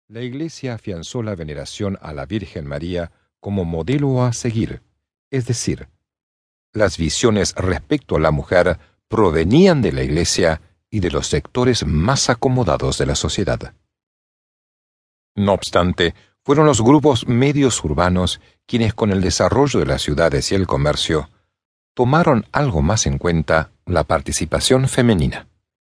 la Iglesia afianzó la veneración a la Virgen María como modelo a seguir, es decir, las visiones respecto a la mujer provenían de la Iglesia y de los sectores más acomodados de la sociedad. No obstante, fueron los grupos medios urbanos quienes, con el desarrollo de las ciudades y el comercio, tomaron algo más en cuenta la participación femenina.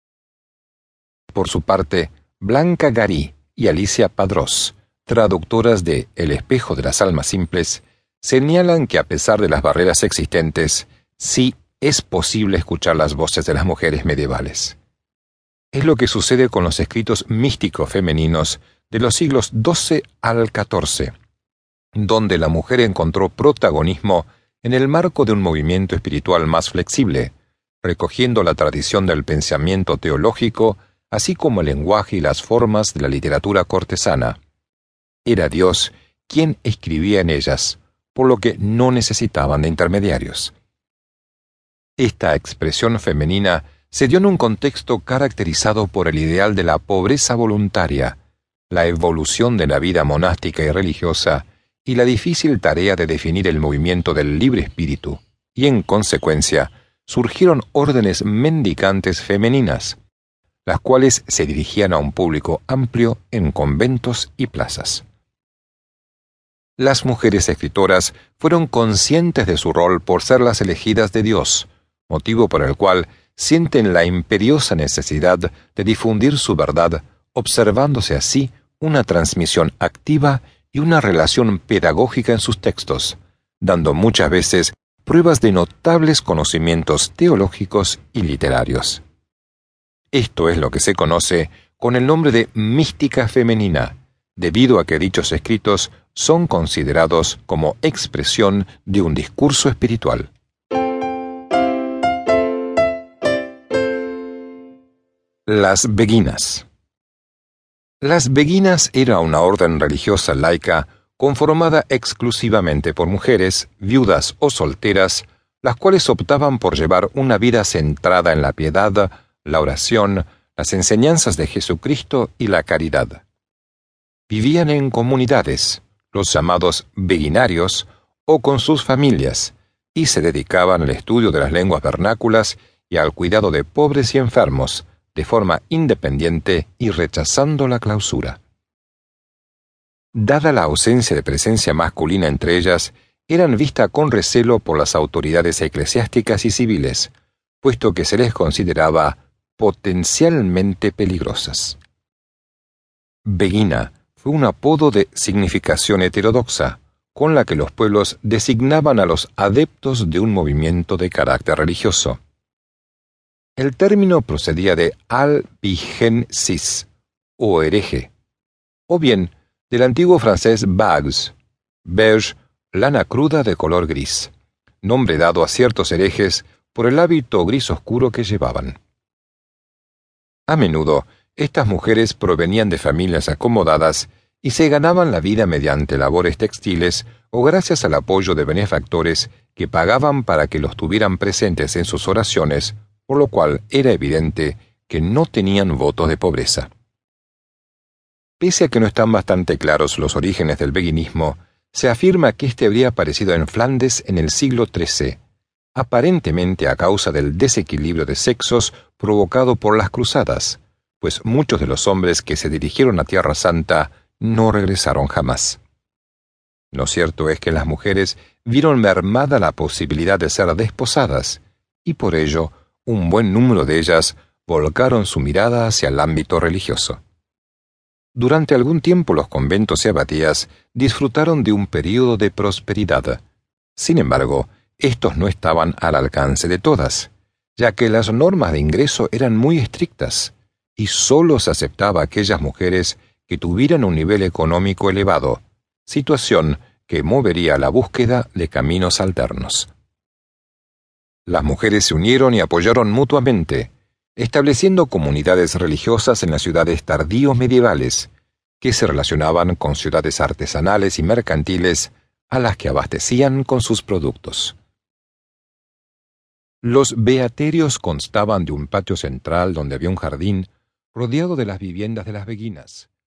Por su parte, Blanca Garí y Alicia Padrós, traductoras de El espejo de las almas simples, señalan que a pesar de las barreras existentes, sí es posible escuchar las voces de las mujeres medievales. Es lo que sucede con los escritos místicos femeninos de los siglos XII al XIV, donde la mujer encontró protagonismo en el marco de un movimiento espiritual más flexible, recogiendo la tradición del pensamiento teológico, así como el lenguaje y las formas de la literatura cortesana. Era Dios quien escribía en ellas, por lo que no necesitaban de intermediarios. Esta expresión femenina se dio en un contexto caracterizado por el ideal de la pobreza voluntaria, la evolución de la vida monástica y religiosa, y la difícil tarea de definir el movimiento del libre espíritu, y en consecuencia surgieron órdenes mendicantes femeninas, las cuales se dirigían a un público amplio en conventos y plazas. Las mujeres escritoras fueron conscientes de su rol por ser las elegidas de Dios, motivo por el cual sienten la imperiosa necesidad de difundir su verdad, observándose así una transmisión activa y una relación pedagógica en sus textos, dando muchas veces pruebas de notables conocimientos teológicos y literarios. Esto es lo que se conoce con el nombre de mística femenina, debido a que dichos escritos son considerados como expresión de un discurso espiritual. Las beguinas. Las beguinas era una orden religiosa laica conformada exclusivamente por mujeres, viudas o solteras, las cuales optaban por llevar una vida centrada en la piedad, la oración, las enseñanzas de Jesucristo y la caridad. Vivían en comunidades, los llamados beguinarios, o con sus familias, y se dedicaban al estudio de las lenguas vernáculas y al cuidado de pobres y enfermos, de forma independiente y rechazando la clausura. Dada la ausencia de presencia masculina entre ellas, eran vistas con recelo por las autoridades eclesiásticas y civiles, puesto que se les consideraba potencialmente peligrosas. Beguina fue un apodo de significación heterodoxa, con la que los pueblos designaban a los adeptos de un movimiento de carácter religioso. El término procedía de albigensis, o hereje, o bien del antiguo francés bags, beige, lana cruda de color gris, nombre dado a ciertos herejes por el hábito gris oscuro que llevaban. A menudo, estas mujeres provenían de familias acomodadas y se ganaban la vida mediante labores textiles o gracias al apoyo de benefactores que pagaban para que los tuvieran presentes en sus oraciones, por lo cual era evidente que no tenían votos de pobreza. Pese a que no están bastante claros los orígenes del beguinismo, se afirma que éste habría aparecido en Flandes en el siglo XIII, aparentemente a causa del desequilibrio de sexos provocado por las cruzadas, pues muchos de los hombres que se dirigieron a Tierra Santa no regresaron jamás. Lo cierto es que las mujeres vieron mermada la posibilidad de ser desposadas, y por ello un buen número de ellas volcaron su mirada hacia el ámbito religioso. Durante algún tiempo los conventos y abatías disfrutaron de un período de prosperidad. Sin embargo, estos no estaban al alcance de todas, ya que las normas de ingreso eran muy estrictas, y sólo se aceptaba a aquellas mujeres que tuvieran un nivel económico elevado, situación que movería a la búsqueda de caminos alternos. Las mujeres se unieron y apoyaron mutuamente, estableciendo comunidades religiosas en las ciudades tardío-medievales, que se relacionaban con ciudades artesanales y mercantiles a las que abastecían con sus productos. Los beaterios constaban de un patio central donde había un jardín rodeado de las viviendas de las beguinas,